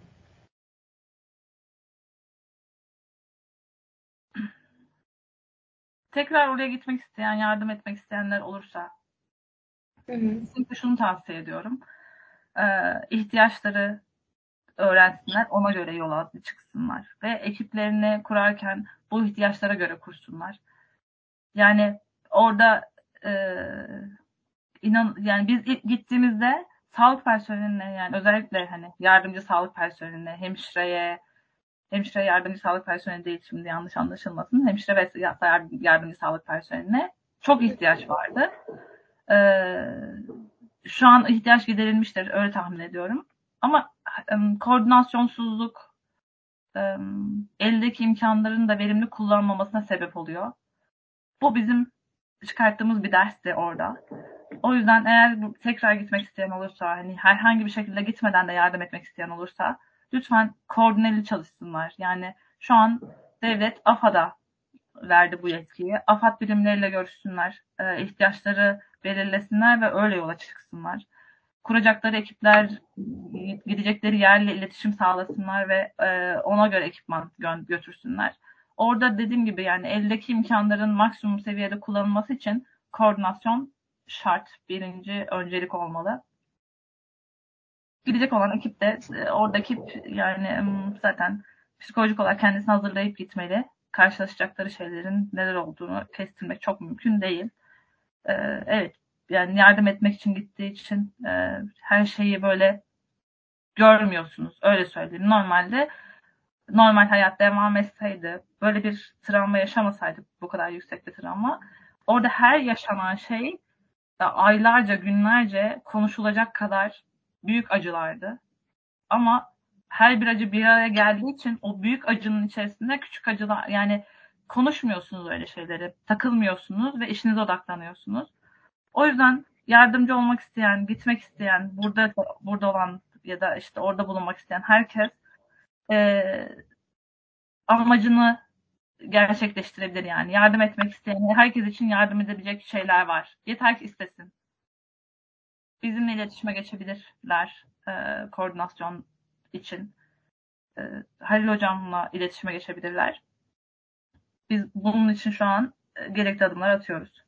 Tekrar oraya gitmek isteyen, yardım etmek isteyenler olursa kesinlikle şunu tavsiye ediyorum. İhtiyaçları öğrensinler, ona göre yola çıksınlar ve ekiplerini kurarken bu ihtiyaçlara göre kursunlar. Yani orada yani biz ilk gittiğimizde sağlık personeline yani özellikle hani yardımcı sağlık personeline, hemşire yardımcı sağlık personeli değil şimdi yanlış anlaşılmasın. Hemşire ve yardımcı sağlık personeline çok ihtiyaç vardı. Şu an ihtiyaç giderilmiştir öyle tahmin ediyorum. Ama koordinasyonsuzluk eldeki imkanların da verimli kullanmamasına sebep oluyor. Bu bizim çıkarttığımız bir dersti orada. O yüzden eğer tekrar gitmek isteyen olursa, hani herhangi bir şekilde gitmeden de yardım etmek isteyen olursa lütfen koordineli çalışsınlar. Yani şu an devlet AFAD'a verdi bu yetkiyi. AFAD birimleriyle görüşsünler, ihtiyaçları belirlesinler ve öyle yola çıksınlar. Kuracakları ekipler, gidecekleri yerle iletişim sağlasınlar ve ona göre ekipman götürsünler. Orada dediğim gibi yani eldeki imkanların maksimum seviyede kullanılması için koordinasyon şart, birinci öncelik olmalı. Gidecek olan ekip de oradaki yani zaten psikolojik olarak kendisini hazırlayıp gitmeli. Karşılaşacakları şeylerin neler olduğunu kestirmek çok mümkün değil. Evet, yani yardım etmek için gittiği için her şeyi böyle görmüyorsunuz. Öyle söyleyeyim. Normalde normal hayat devam etseydi, böyle bir travma yaşamasaydı, bu kadar yüksek bir travma, orada her yaşanan şey aylarca, günlerce konuşulacak kadar büyük acılardı. Ama her bir acı bir araya geldiği için o büyük acının içerisinde küçük acılar, yani konuşmuyorsunuz öyle şeyleri, takılmıyorsunuz ve işinize odaklanıyorsunuz. O yüzden yardımcı olmak isteyen, gitmek isteyen, burada olan ya da işte orada bulunmak isteyen herkes amacını gerçekleştirebilir yani. Yardım etmek isteyen, herkes için yardım edebilecek şeyler var. Yeter ki istesin. Bizimle iletişime geçebilirler koordinasyon için. Halil hocamla iletişime geçebilirler. Biz bunun için şu an gerekli adımlar atıyoruz.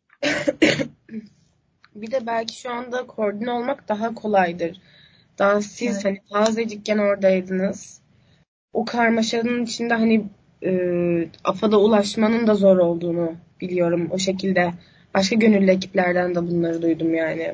Bir de belki şu anda koordine olmak daha kolaydır. Daha siz Evet. hani tazecikken oradaydınız. O karmaşanın içinde hani AFAD'a ulaşmanın da zor olduğunu biliyorum. O şekilde başka gönüllü ekiplerden de bunları duydum yani.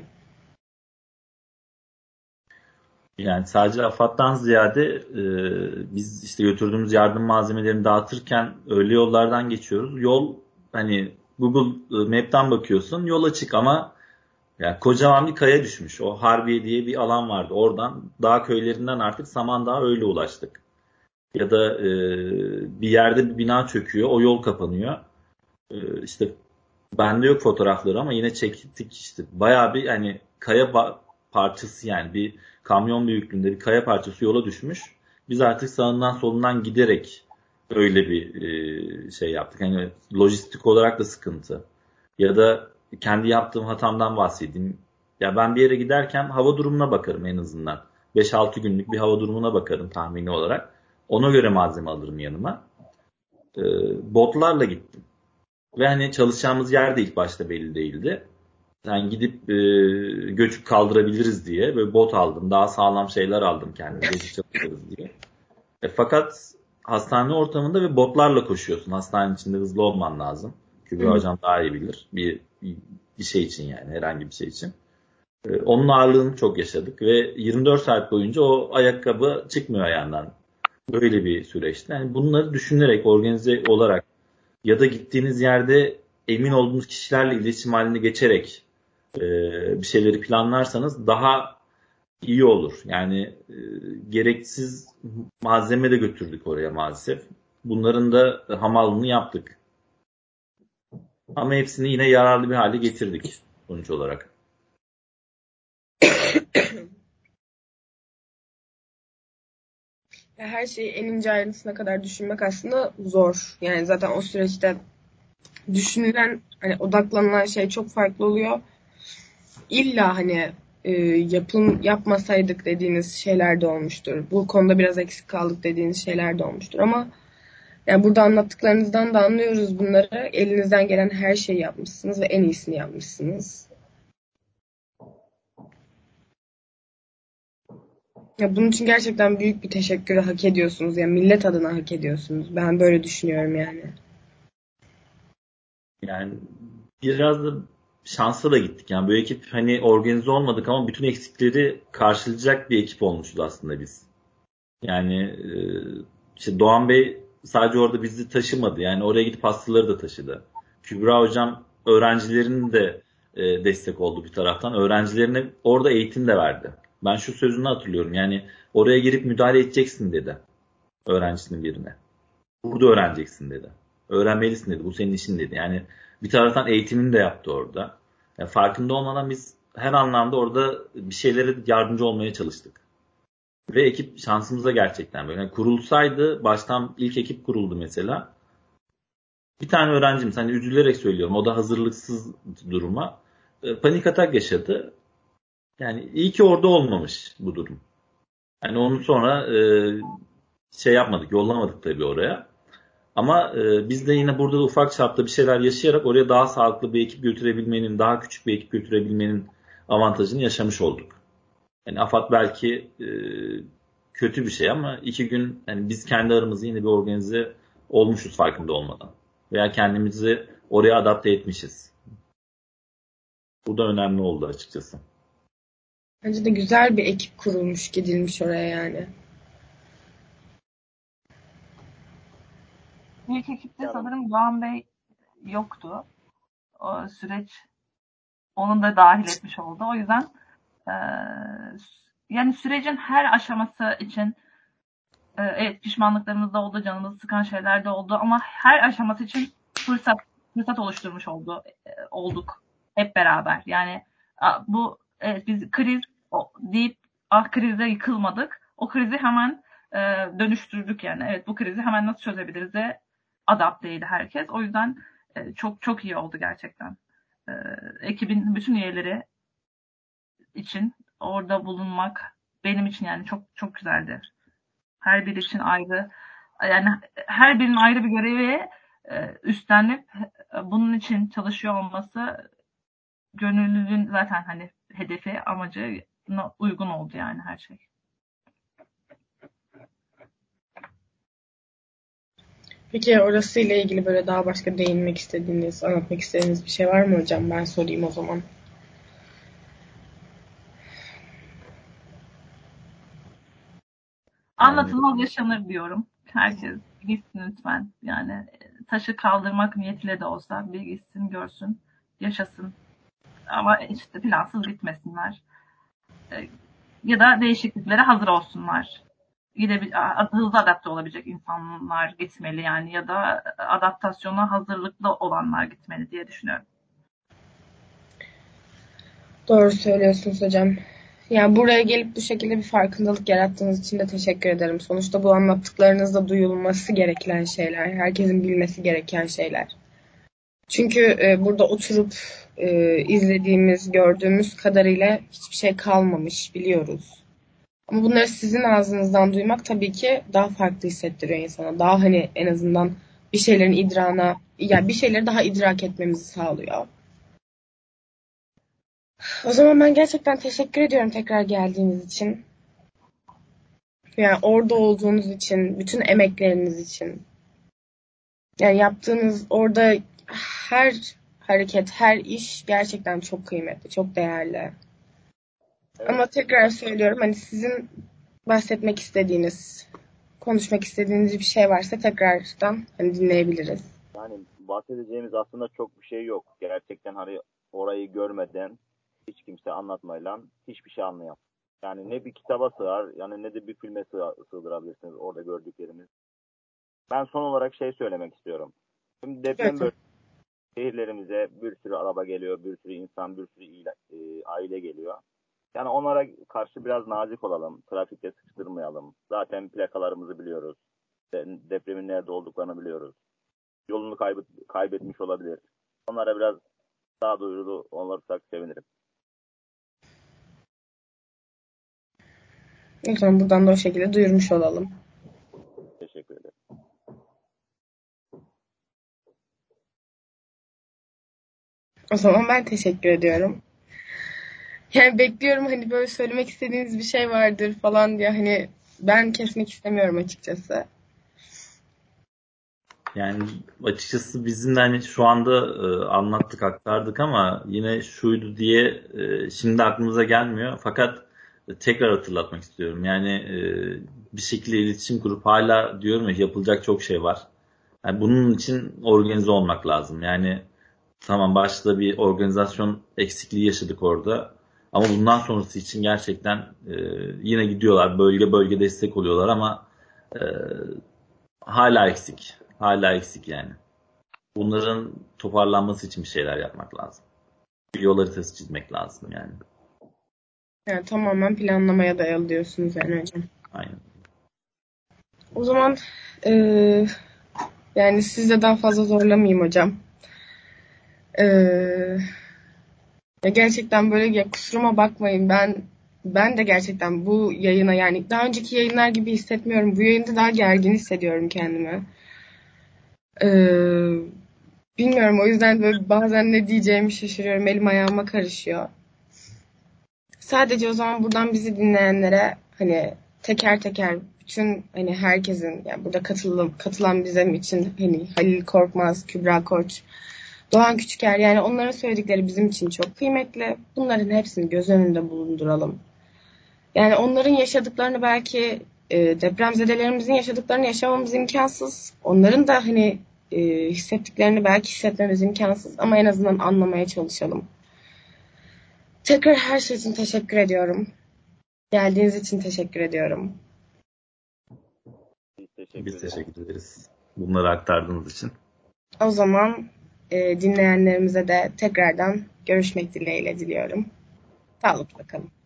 Yani sadece AFAD'dan ziyade biz işte götürdüğümüz yardım malzemelerini dağıtırken öyle yollardan geçiyoruz. Yol hani Google Map'ten bakıyorsun yol açık ama yani kocaman bir kaya düşmüş. O Harbiye diye bir alan vardı. Oradan dağ köylerinden artık Samandağ'a öyle ulaştık. Ya da bir yerde bir bina çöküyor. O yol kapanıyor. İşte bende yok fotoğrafları ama yine çektik işte. Bayağı bir hani kaya parçası yani bir kamyon büyüklüğünde bir kaya parçası yola düşmüş. Biz artık sağından solundan giderek öyle bir şey yaptık. Hani lojistik olarak da sıkıntı. Ya da kendi yaptığım hatamdan bahsedeyim. Ya ben bir yere giderken hava durumuna bakarım en azından. 5-6 günlük bir hava durumuna bakarım tahmini olarak. Ona göre malzeme alırım yanıma. Botlarla gittim. Ve hani çalışacağımız yer de ilk başta belli değildi. Yani gidip göçük kaldırabiliriz diye böyle bot aldım. Daha sağlam şeyler aldım kendime. Gece çalışırız diye. Fakat hastane ortamında ve botlarla koşuyorsun. Hastanenin içinde hızlı olman lazım. Kübra hocam daha iyi bilir. Bir şey için yani herhangi bir şey için. Onun ağırlığını çok yaşadık ve 24 saat boyunca o ayakkabı çıkmıyor ayağından. Böyle bir süreçti. Yani bunları düşünerek, organize olarak ya da gittiğiniz yerde emin olduğunuz kişilerle iletişim haline geçerek bir şeyleri planlarsanız daha iyi olur. Yani gereksiz malzeme de götürdük oraya maalesef. Bunların da hamallığını yaptık. Ama hepsini yine yararlı bir hale getirdik sonuç olarak. Her şeyi en ince ayrıntısına kadar düşünmek aslında zor. Yani zaten o süreçte düşünülen, hani odaklanılan şey çok farklı oluyor. İlla hani yapmasaydık dediğiniz şeyler de olmuştur. Bu konuda biraz eksik kaldık dediğiniz şeyler de olmuştur. Ama yani burada anlattıklarınızdan da anlıyoruz bunları. Elinizden gelen her şeyi yapmışsınız ve en iyisini yapmışsınız. Ya bunun için gerçekten büyük bir teşekkürü hak ediyorsunuz. Yani millet adına hak ediyorsunuz. Ben böyle düşünüyorum yani. Yani biraz da şansla da gittik. Yani bu ekip hani organize olmadık ama bütün eksikleri karşılayacak bir ekip olmuşuz aslında biz. Yani işte Doğan Bey sadece orada bizi taşımadı. Yani oraya gidip hastaları da taşıdı. Kübra hocam öğrencilerinin de destek oldu bir taraftan. Öğrencilerine orada eğitim de verdi. Ben şu sözünü hatırlıyorum. Yani oraya girip müdahale edeceksin dedi öğrencisinin birine. Burada öğreneceksin dedi. Öğrenmelisin dedi. Bu senin işin dedi. Yani bir taraftan eğitimini de yaptı orada. Yani farkında olmadan biz her anlamda orada bir şeylere yardımcı olmaya çalıştık. Ve ekip şansımıza gerçekten böyle. Yani kurulsaydı, baştan ilk ekip kuruldu mesela. Bir tane öğrencimiz, hani üzülerek söylüyorum, o da hazırlıksız duruma. Panik atak yaşadı. Yani iyi ki orada olmamış bu durum. Yani onu sonra şey yapmadık, yollamadık tabii oraya. Ama biz de yine burada da ufak çapta bir şeyler yaşayarak oraya daha sağlıklı bir ekip götürebilmenin, daha küçük bir ekip götürebilmenin avantajını yaşamış olduk. Yani AFAD belki kötü bir şey ama 2 gün yani biz kendi aramızda yine bir organize olmuşuz farkında olmadan. Veya kendimizi oraya adapte etmişiz. Bu da önemli oldu açıkçası. Bence de güzel bir ekip kurulmuş, gidilmiş oraya yani. İlk ekipte Yani sanırım Doğan Bey yoktu. O süreç onun da dahil etmiş oldu. O yüzden yani sürecin her aşaması için evet pişmanlıklarımız da oldu, canımızı sıkan şeyler de oldu ama her aşaması için fırsat oluşturmuş olduk hep beraber. Yani bu evet, biz kriz deyip krize yıkılmadık. O krizi hemen dönüştürdük yani. Evet bu krizi hemen nasıl çözebiliriz de adapteydi herkes. O yüzden çok çok iyi oldu gerçekten. Ekibin bütün üyeleri için orada bulunmak benim için yani çok çok güzeldi. Her biri için ayrı yani her birinin ayrı bir görevi üstlenip bunun için çalışıyor olması gönüllünün zaten hani hedefi amacına uygun oldu yani her şey. Peki orasıyla ilgili böyle daha başka değinmek istediğiniz, anlatmak istediğiniz bir şey var mı hocam? Ben sorayım o zaman. Yani Anlatılmaz yaşanır diyorum. Herkes gitsin lütfen. Yani taşı kaldırmak niyetiyle de olsa bir gitsin, görsün, yaşasın. Ama işte plansız gitmesinler. Ya da değişikliklere hazır olsunlar. Hızlı adapte olabilecek insanlar gitmeli yani ya da adaptasyona hazırlıklı olanlar gitmeli diye düşünüyorum. Doğru söylüyorsunuz hocam. Yani buraya gelip bu şekilde bir farkındalık yarattığınız için de teşekkür ederim. Sonuçta bu anlattıklarınızda duyulması gereken şeyler, herkesin bilmesi gereken şeyler. Çünkü burada oturup izlediğimiz, gördüğümüz kadarıyla hiçbir şey kalmamış biliyoruz. Ama bunları sizin ağzınızdan duymak tabii ki daha farklı hissettiriyor insana. Daha hani en azından bir şeylerin idrana, yani bir şeyleri daha idrak etmemizi sağlıyor. O zaman ben gerçekten teşekkür ediyorum tekrar geldiğiniz için. Yani orada olduğunuz için, bütün emekleriniz için. Yani yaptığınız orada her hareket, her iş gerçekten çok kıymetli, çok değerli. Evet. Ama tekrar söylüyorum, hani sizin bahsetmek istediğiniz, konuşmak istediğiniz bir şey varsa tekrardan hani dinleyebiliriz. Yani bahsedeceğimiz aslında çok bir şey yok. Gerçekten hani orayı görmeden hiç kimse anlatmayla hiçbir şey anlayamaz. Yani ne bir kitaba sığar yani ne de bir filme sığdırabilirsiniz orada gördüklerimiz. Ben son olarak şey söylemek istiyorum. Şimdi deprem Evet. şehirlerimize bir sürü araba geliyor, bir sürü insan, bir sürü aile geliyor. Yani onlara karşı biraz nazik olalım, trafikte sıkıştırmayalım. Zaten plakalarımızı biliyoruz, depremin nerede olduklarını biliyoruz. Yolunu kaybetmiş olabilir. Onlara biraz daha duyurulu olursak sevinirim. O zaman buradan da o şekilde duyurmuş olalım. Teşekkür ederim. O zaman ben teşekkür ediyorum. Yani bekliyorum hani böyle söylemek istediğiniz bir şey vardır falan diye, hani ben kesmek istemiyorum açıkçası. Yani açıkçası bizim de hani şu anda anlattık, aktardık ama yine şuydu diye şimdi aklımıza gelmiyor. Fakat tekrar hatırlatmak istiyorum. Yani bir şekilde iletişim kurup hala diyorum ya yapılacak çok şey var. Yani bunun için organize olmak lazım. Yani tamam başta bir organizasyon eksikliği yaşadık orada. Ama bundan sonrası için gerçekten yine gidiyorlar. Bölge bölge destek oluyorlar ama e, hala eksik. Hala eksik yani. Bunların toparlanması için bir şeyler yapmak lazım. Bir yol haritası çizmek lazım yani. Yani tamamen planlamaya dayalı diyorsunuz yani hocam. Aynen. O zaman yani sizi de daha fazla zorlamayayım hocam. Eee, Ya gerçekten böyle, ya kusuruma bakmayın, ben de gerçekten bu yayına, yani daha önceki yayınlar gibi hissetmiyorum. Bu yayında daha gergin hissediyorum kendimi. Eee, Bilmiyorum, o yüzden böyle bazen ne diyeceğimi şaşırıyorum. Elim ayağıma karışıyor. Sadece o zaman buradan bizi dinleyenlere hani teker teker bütün hani herkesin, yani burada katılan bizim için hani Halil Korkmaz, Kübra Koç, Doğan Küçüker, yani onların söyledikleri bizim için çok kıymetli. Bunların hepsini göz önünde bulunduralım. Yani onların yaşadıklarını belki depremzedelerimizin yaşadıklarını yaşamamız imkansız. Onların da hani hissettiklerini belki hissetmemiz imkansız, ama en azından anlamaya çalışalım. Tekrar her şey için teşekkür ediyorum. Geldiğiniz için teşekkür ediyorum. Biz teşekkür Biz ederiz. teşekkür ederiz. Bunları aktardığınız için. O zaman dinleyenlerimize de tekrardan görüşmek dileğiyle diliyorum. Sağlıkla kalın.